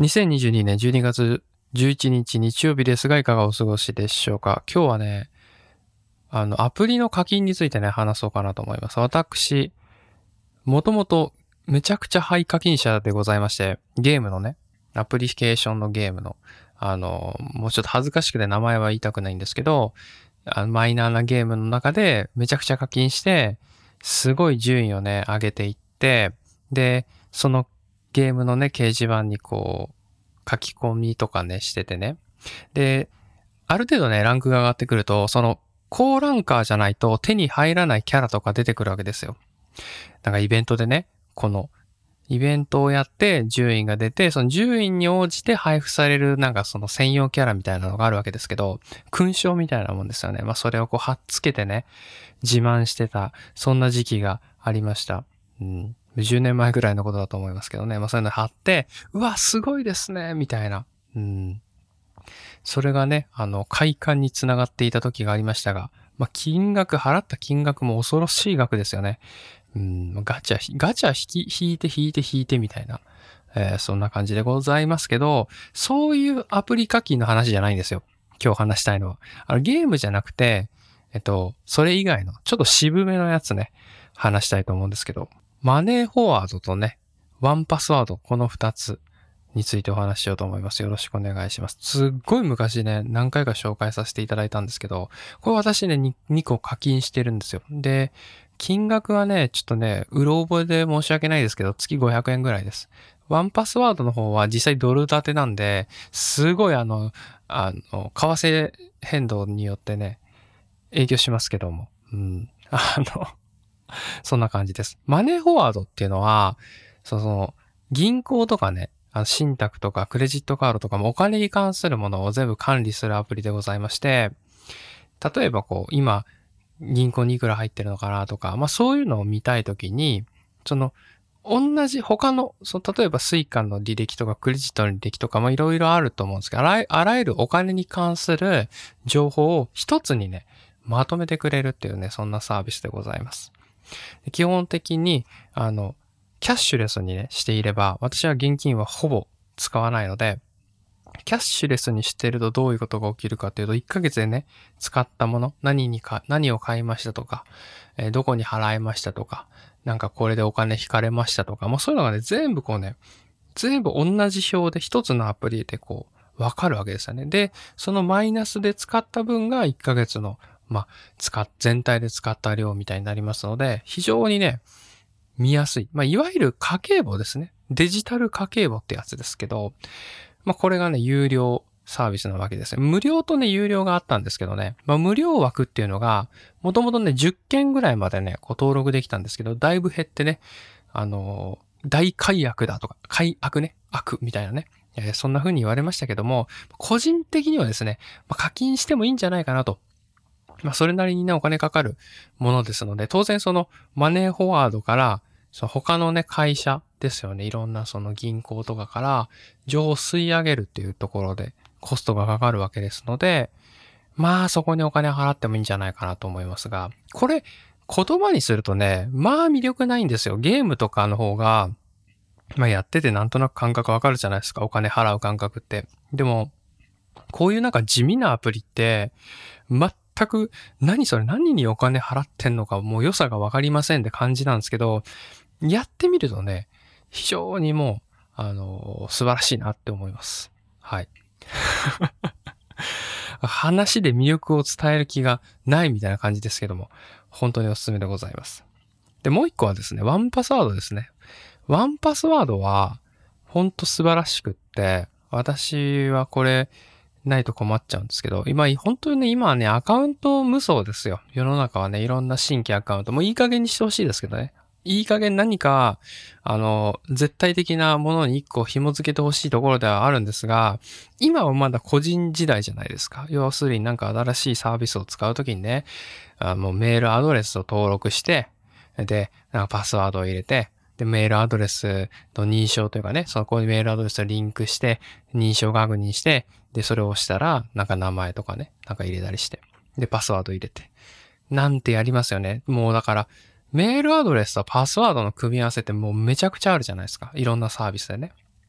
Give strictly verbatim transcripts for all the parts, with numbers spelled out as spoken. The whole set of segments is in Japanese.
にせんにじゅうにねんじゅうにがつじゅういちにち日曜日ですが、いかがお過ごしでしょうか。今日はね、あの、アプリの課金についてね、話そうかなと思います。私、もともとめちゃくちゃハイ課金者でございまして、ゲームのね、アプリケーションのゲームの、あの、もうちょっと恥ずかしくて名前は言いたくないんですけど、あのマイナーなゲームの中でめちゃくちゃ課金して、すごい順位をね、上げていって、で、そのゲームのね、掲示板にこう、書き込みとかね、しててね。で、ある程度ね、ランクが上がってくると、その、高ランカーじゃないと手に入らないキャラとか出てくるわけですよ。なんかイベントでね、この、イベントをやって順位が出て、その順位に応じて配布されるなんかその専用キャラみたいなのがあるわけですけど、勲章みたいなもんですよね。まあそれをこう貼っつけてね、自慢してた、そんな時期がありました。うん。じゅうねんまえぐらいのことだと思いますけどね。まあそういうの貼って、うわ、すごいですね、みたいな。うん。それがね、あの、快感につながっていた時がありましたが、まあ金額、払った金額も恐ろしい額ですよね。うん、ガチャ、ガチャ引き、引いて引いて引いてみたいな、えー、そんな感じでございますけど、そういうアプリ課金の話じゃないんですよ。今日話したいのは。あの、ゲームじゃなくて、えっと、それ以外の、ちょっと渋めのやつね、話したいと思うんですけど、マネーフォワードとね、ワンパスワード、この二つについてお話ししようと思います。よろしくお願いします。すっごい昔ね、何回か紹介させていただいたんですけど、これ私ね、に, にこ課金してるんですよ。で、金額はね、ちょっとね、うろ覚えで申し訳ないですけど、月ごひゃくえんぐらいです。ワンパスワードの方は実際ドル建てなんで、すごいあの、あの、為替変動によってね、影響しますけども。うん。あの、そんな感じです。マネーフォワードっていうのは、その、銀行とかね、あの信託とかクレジットカードとかもお金に関するものを全部管理するアプリでございまして、例えばこう、今、銀行にいくら入ってるのかなとか、まあそういうのを見たいときに、その、同じ他の、その例えばスイカの履歴とかクレジットの履歴とか、まあいろいろあると思うんですけど、あらあらゆるお金に関する情報を一つにね、まとめてくれるっていうね、そんなサービスでございます。基本的に、あの、キャッシュレスにね、していれば、私は現金はほぼ使わないので、キャッシュレスにしてるとどういうことが起きるかというと、いっかげつでね、使ったもの、何にか、何を買いましたとか、えーどこに払いましたとか、なんかこれでお金引かれましたとか、もうそういうのがね、全部こうね、全部同じ表で一つのアプリでこう、わかるわけですよね。で、そのマイナスで使った分がいっかげつの、まあ、使っ、全体で使った量みたいになりますので、非常にね、見やすい。まあ、いわゆる家計簿ですね。デジタル家計簿ってやつですけど、まあ、これがね、有料サービスなわけですね。無料とね、有料があったんですけどね。まあ、無料枠っていうのが、もともとね、じゅっけんぐらいまでね、こう登録できたんですけど、だいぶ減ってね、あのー、大解約だとか、解悪ね、悪みたいなね。えーそんな風に言われましたけども、個人的にはですね、まあ、課金してもいいんじゃないかなと。まあ、それなりにね、お金かかるものですので、当然そのマネーフォワードから、その他のね、会社ですよね。いろんなその銀行とかから情報を吸い上げるっていうところでコストがかかるわけですので、まあそこにお金払ってもいいんじゃないかなと思いますが、これ言葉にするとね、まあ魅力ないんですよ。ゲームとかの方が、まあやっててなんとなく感覚わかるじゃないですか。お金払う感覚って。でも、こういうなんか地味なアプリって、全く何それ何にお金払ってんのかもう良さがわかりませんって感じなんですけど、やってみるとね、非常にもう、あのー素晴らしいなって思います。はい。話で魅力を伝える気がないみたいな感じですけども、本当におすすめでございます。で、もう一個はですね、ワンパスワードですね。ワンパスワードは、本当素晴らしくって、私はこれ、ないと困っちゃうんですけど、今、本当にね、今はね、アカウント無双ですよ。世の中はね、いろんな新規アカウント、もういい加減にしてほしいですけどね。いい加減何か、あの、絶対的なものに一個紐付けてほしいところではあるんですが、今はまだ個人時代じゃないですか。要するになんか新しいサービスを使うときにね、あもうメールアドレスを登録して、で、なんかパスワードを入れて、で、メールアドレスと認証というかね、そこにメールアドレスとリンクして、認証確認して、で、それを押したら、なんか名前とかね、なんか入れたりして。で、パスワード入れて。なんてやりますよね。もうだから、メールアドレスとパスワードの組み合わせってもうめちゃくちゃあるじゃないですか。いろんなサービスでね。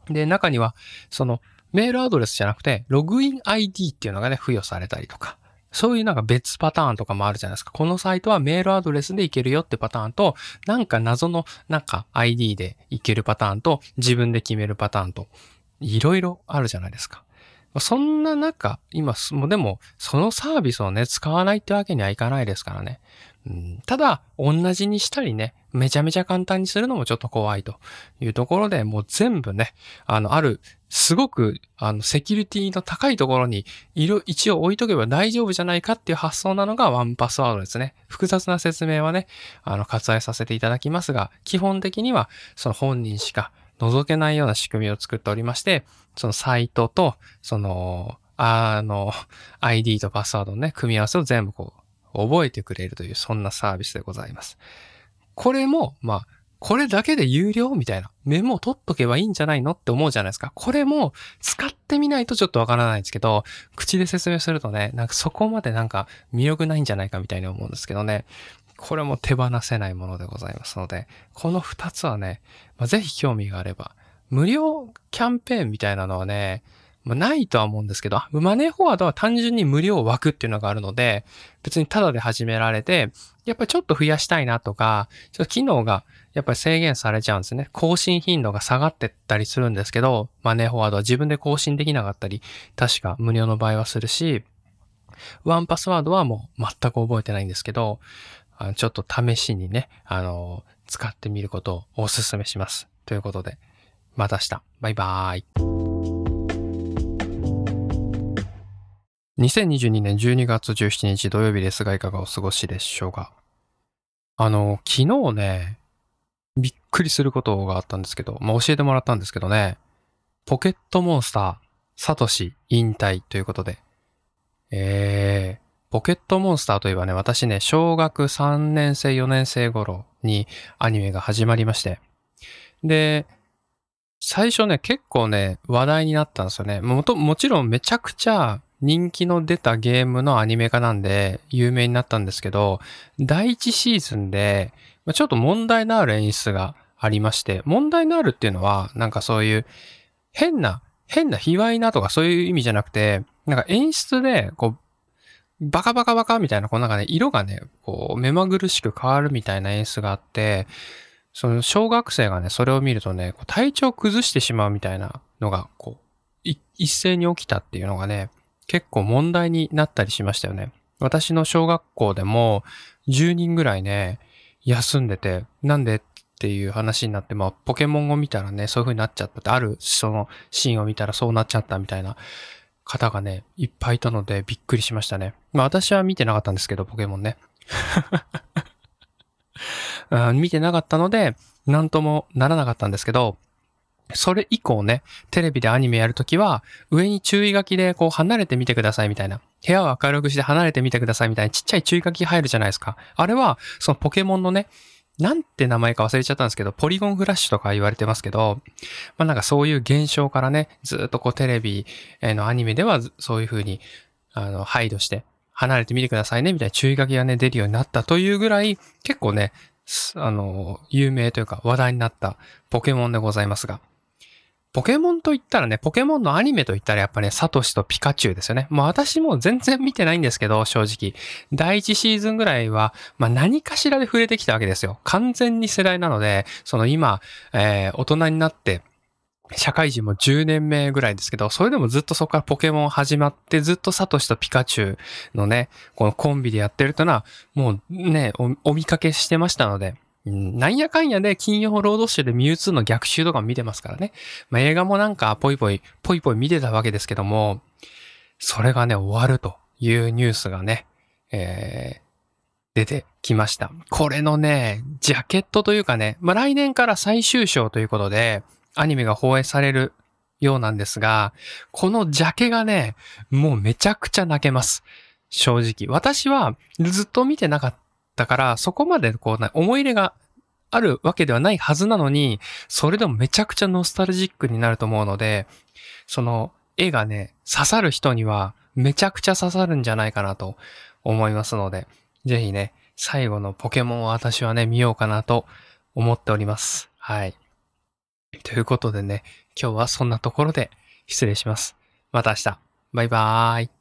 で、中には、そのメールアドレスじゃなくて、ログイン アイディー っていうのがね、付与されたりとか、そういうなんか別パターンとかもあるじゃないですか。このサイトはメールアドレスでいけるよってパターンと、なんか謎のなんか アイディー でいけるパターンと、自分で決めるパターンと、いろいろあるじゃないですか。そんな中、今、もうでも、そのサービスをね、使わないってわけにはいかないですからね。うん、ただ、同じにしたりね、めちゃめちゃ簡単にするのもちょっと怖いというところで、もう全部ね、あの、ある、すごく、あの、セキュリティの高いところに、いろ、一応置いとけば大丈夫じゃないかっていう発想なのがワンパスワードですね。複雑な説明はね、あの、割愛させていただきますが、基本的には、その本人しか覗けないような仕組みを作っておりまして、そのサイトと、その、あの、アイディー とパスワードのね、組み合わせを全部こう、覚えてくれるという、そんなサービスでございます。これも、まあ、これだけで有料みたいな。メモを取っとけばいいんじゃないのって思うじゃないですか。これも使ってみないとちょっとわからないんですけど、口で説明するとね、なんかそこまでなんか魅力ないんじゃないかみたいに思うんですけどね。これも手放せないものでございますので、この二つはね、まあ、ぜひ興味があれば、無料キャンペーンみたいなのはね、まあ、ないとは思うんですけど、マネーフォワードは単純に無料枠っていうのがあるので、別にタダで始められて、やっぱりちょっと増やしたいなとか、ちょっと機能がやっぱり制限されちゃうんですね。更新頻度が下がってったりするんですけど、マネーフォワードは自分で更新できなかったり、確か無料の場合はするし、ワンパスワードはもう全く覚えてないんですけど、あのちょっと試しにね、あの、使ってみることをお勧めします。ということで、また明日。バイバーイ。にせんにじゅうにねんじゅうにがつじゅうしちにち土曜日ですがいかがお過ごしでしょうか。あの、昨日ね、びっくりすることがあったんですけど、まあ、教えてもらったんですけどね、ポケットモンスター、サトシ引退ということで、えー、ポケットモンスターといえばね、私ね、小学さんねんせいよねんせい頃にアニメが始まりまして、で、最初ね、結構ね、話題になったんですよね。もと、もちろんめちゃくちゃ人気の出たゲームのアニメ化なんで有名になったんですけど、だいいちシーズンで、ちょっと問題のある演出がありまして、問題のあるっていうのは、なんかそういう変な、変な卑猥なとかそういう意味じゃなくて、なんか演出で、こう、バカバカバカみたいな、こうなんかね、色がね、こう、目まぐるしく変わるみたいな演出があって、その小学生がね、それを見るとね、体調崩してしまうみたいなのが、こう、一斉に起きたっていうのがね、結構問題になったりしましたよね。私の小学校でもじゅうにんぐらいね、休んでて、なんでっていう話になって、まあ、ポケモンを見たらね、そういう風になっちゃったって、あるそのシーンを見たらそうなっちゃったみたいな方がね、いっぱいいたのでびっくりしましたね。まあ私は見てなかったんですけど、ポケモンね。見てなかったので、なんともならなかったんですけど、それ以降ね、テレビでアニメやるときは、上に注意書きでこう離れてみてくださいみたいな。部屋を明るくして離れてみてくださいみたいなちっちゃい注意書き入るじゃないですか。あれは、そのポケモンのね、なんて名前か忘れちゃったんですけど、ポリゴンフラッシュとか言われてますけど、まあなんかそういう現象からね、ずっとこうテレビのアニメではそういう風に、あの、配慮して、離れてみてくださいねみたいな注意書きがね、出るようになったというぐらい、結構ね、あの、有名というか話題になったポケモンでございますが、ポケモンと言ったらね、ポケモンのアニメと言ったらやっぱね、サトシとピカチュウですよね。もう私も全然見てないんですけど、正直。だいいちシーズンぐらいは、まあ何かしらで触れてきたわけですよ。完全に世代なので、その今、えー、大人になって、社会人もじゅうねんめぐらいですけど、それでもずっとそこからポケモン始まって、ずっとサトシとピカチュウのね、このコンビでやってるというのは、もうねお、お見かけしてましたので、うん、なんやかんやで金曜ロードショーでミュウツーの逆襲とかも見てますからね。まあ、映画もなんかポイポイ、ポイポイ見てたわけですけども、それがね、終わるというニュースがね、えー、出てきました。これのね、ジャケットというかね、まあ、来年から最終章ということで、アニメが放映されるようなんですが、このジャケがね、もうめちゃくちゃ泣けます。正直。私はずっと見てなかったから、そこまでこう、思い入れがあるわけではないはずなのに、それでもめちゃくちゃノスタルジックになると思うので、その絵がね、刺さる人にはめちゃくちゃ刺さるんじゃないかなと思いますので、ぜひね、最後のポケモンを私はね、見ようかなと思っております。はい。ということでね、 今日はそんなところで失礼します。また明日。バイバーイ。